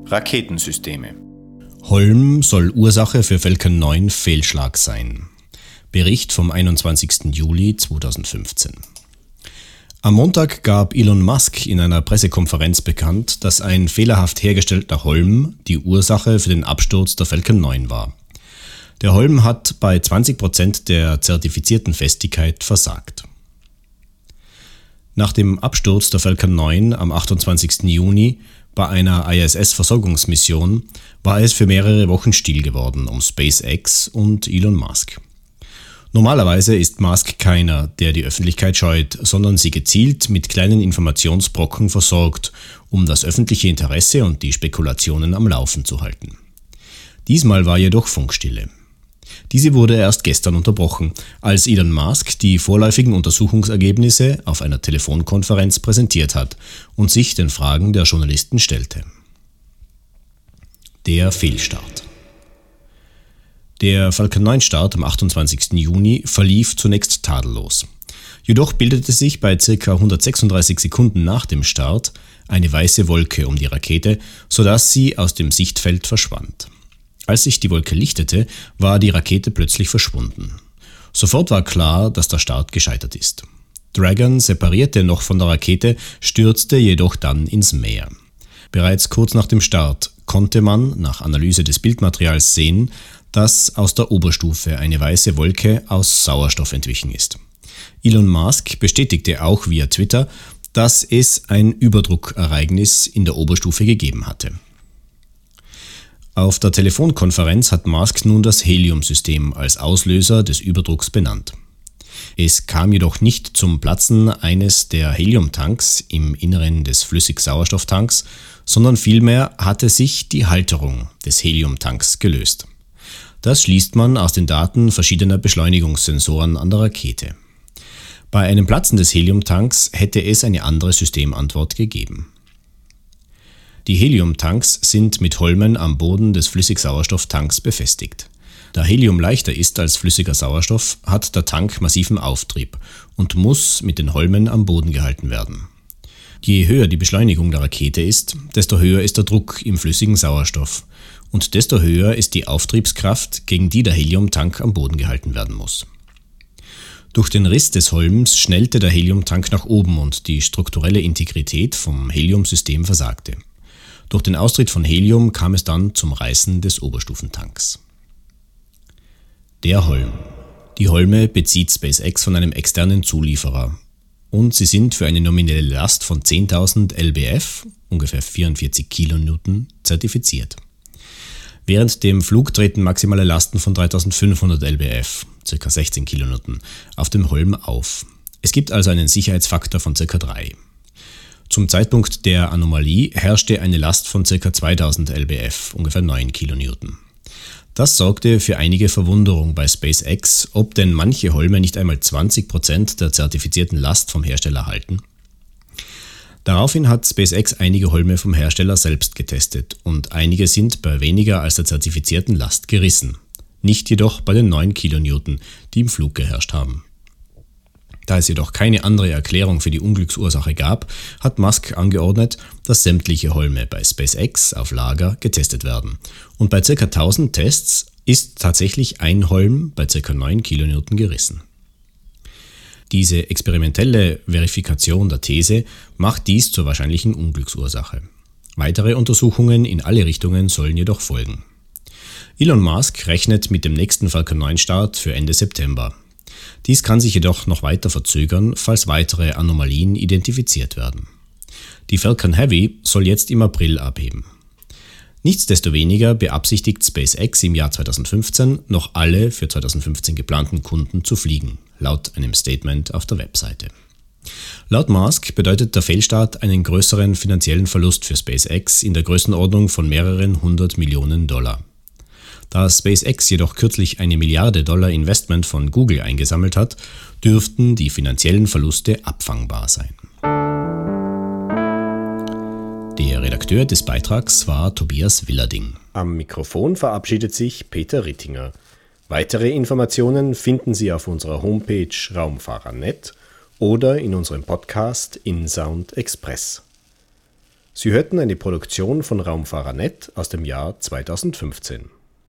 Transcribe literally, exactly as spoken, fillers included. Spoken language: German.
Raketensysteme. Holm soll Ursache für Falcon neun Fehlschlag sein. Bericht vom einundzwanzigsten Juli zweitausendfünfzehn. Am Montag gab Elon Musk in einer Pressekonferenz bekannt, dass ein fehlerhaft hergestellter Holm die Ursache für den Absturz der Falcon neun war. Der Holm hat bei zwanzig Prozent der zertifizierten Festigkeit versagt. Nach dem Absturz der Falcon neun am achtundzwanzigsten Juni bei einer I S S-Versorgungsmission war es für mehrere Wochen still geworden um SpaceX und Elon Musk. Normalerweise ist Musk keiner, der die Öffentlichkeit scheut, sondern sie gezielt mit kleinen Informationsbrocken versorgt, um das öffentliche Interesse und die Spekulationen am Laufen zu halten. Diesmal war jedoch Funkstille. Diese wurde erst gestern unterbrochen, als Elon Musk die vorläufigen Untersuchungsergebnisse auf einer Telefonkonferenz präsentiert hat und sich den Fragen der Journalisten stellte. Der Fehlstart. Der Falcon neun Start am achtundzwanzigsten Juni verlief zunächst tadellos. Jedoch bildete sich bei ca. hundertsechsunddreißig Sekunden nach dem Start eine weiße Wolke um die Rakete, sodass sie aus dem Sichtfeld verschwand. Als sich die Wolke lichtete, war die Rakete plötzlich verschwunden. Sofort war klar, dass der Start gescheitert ist. Dragon separierte noch von der Rakete, stürzte jedoch dann ins Meer. Bereits kurz nach dem Start konnte man nach Analyse des Bildmaterials sehen, dass aus der Oberstufe eine weiße Wolke aus Sauerstoff entwichen ist. Elon Musk bestätigte auch via Twitter, dass es ein Überdruckereignis in der Oberstufe gegeben hatte. Auf der Telefonkonferenz hat Musk nun das Helium-System als Auslöser des Überdrucks benannt. Es kam jedoch nicht zum Platzen eines der Heliumtanks im Inneren des Flüssigsauerstofftanks, sondern vielmehr hatte sich die Halterung des Heliumtanks gelöst. Das schließt man aus den Daten verschiedener Beschleunigungssensoren an der Rakete. Bei einem Platzen des Heliumtanks hätte es eine andere Systemantwort gegeben. Die Heliumtanks sind mit Holmen am Boden des Flüssigsauerstofftanks befestigt. Da Helium leichter ist als flüssiger Sauerstoff, hat der Tank massiven Auftrieb und muss mit den Holmen am Boden gehalten werden. Je höher die Beschleunigung der Rakete ist, desto höher ist der Druck im flüssigen Sauerstoff und desto höher ist die Auftriebskraft, gegen die der Heliumtank am Boden gehalten werden muss. Durch den Riss des Holms schnellte der Heliumtank nach oben und die strukturelle Integrität vom Heliumsystem versagte. Durch den Austritt von Helium kam es dann zum Reißen des Oberstufentanks. Der Holm. Die Holme bezieht SpaceX von einem externen Zulieferer und sie sind für eine nominelle Last von zehntausend L B F, ungefähr vierundvierzig Kilonewton, zertifiziert. Während dem Flug treten maximale Lasten von dreitausendfünfhundert L B F, ca. sechzehn Kilonewton, auf dem Holm auf. Es gibt also einen Sicherheitsfaktor von ca. drei. Zum Zeitpunkt der Anomalie herrschte eine Last von ca. zweitausend L B F, ungefähr neun Kilonewton. Das sorgte für einige Verwunderung bei SpaceX, ob denn manche Holme nicht einmal zwanzig Prozent der zertifizierten Last vom Hersteller halten. Daraufhin hat SpaceX einige Holme vom Hersteller selbst getestet und einige sind bei weniger als der zertifizierten Last gerissen, nicht jedoch bei den neun Kilonewton, die im Flug geherrscht haben. Da es jedoch keine andere Erklärung für die Unglücksursache gab, hat Musk angeordnet, dass sämtliche Holme bei SpaceX auf Lager getestet werden. Und bei ca. tausend Tests ist tatsächlich ein Holm bei ca. neun Kilonewton gerissen. Diese experimentelle Verifikation der These macht dies zur wahrscheinlichen Unglücksursache. Weitere Untersuchungen in alle Richtungen sollen jedoch folgen. Elon Musk rechnet mit dem nächsten Falcon neun Start für Ende September. Dies kann sich jedoch noch weiter verzögern, falls weitere Anomalien identifiziert werden. Die Falcon Heavy soll jetzt im April abheben. Nichtsdestoweniger beabsichtigt SpaceX im Jahr zweitausendfünfzehn noch alle für zweitausendfünfzehn geplanten Kunden zu fliegen, laut einem Statement auf der Webseite. Laut Musk bedeutet der Fehlstart einen größeren finanziellen Verlust für SpaceX in der Größenordnung von mehreren hundert Millionen Dollar. Da SpaceX jedoch kürzlich eine Milliarde Dollar Investment von Google eingesammelt hat, dürften die finanziellen Verluste abfangbar sein. Der Redakteur des Beitrags war Tobias Willarding. Am Mikrofon verabschiedet sich Peter Rittinger. Weitere Informationen finden Sie auf unserer Homepage raumfahrer punkt net oder in unserem Podcast InSound Express. Sie hörten eine Produktion von Raumfahrer Punkt net aus dem Jahr zweitausendfünfzehn.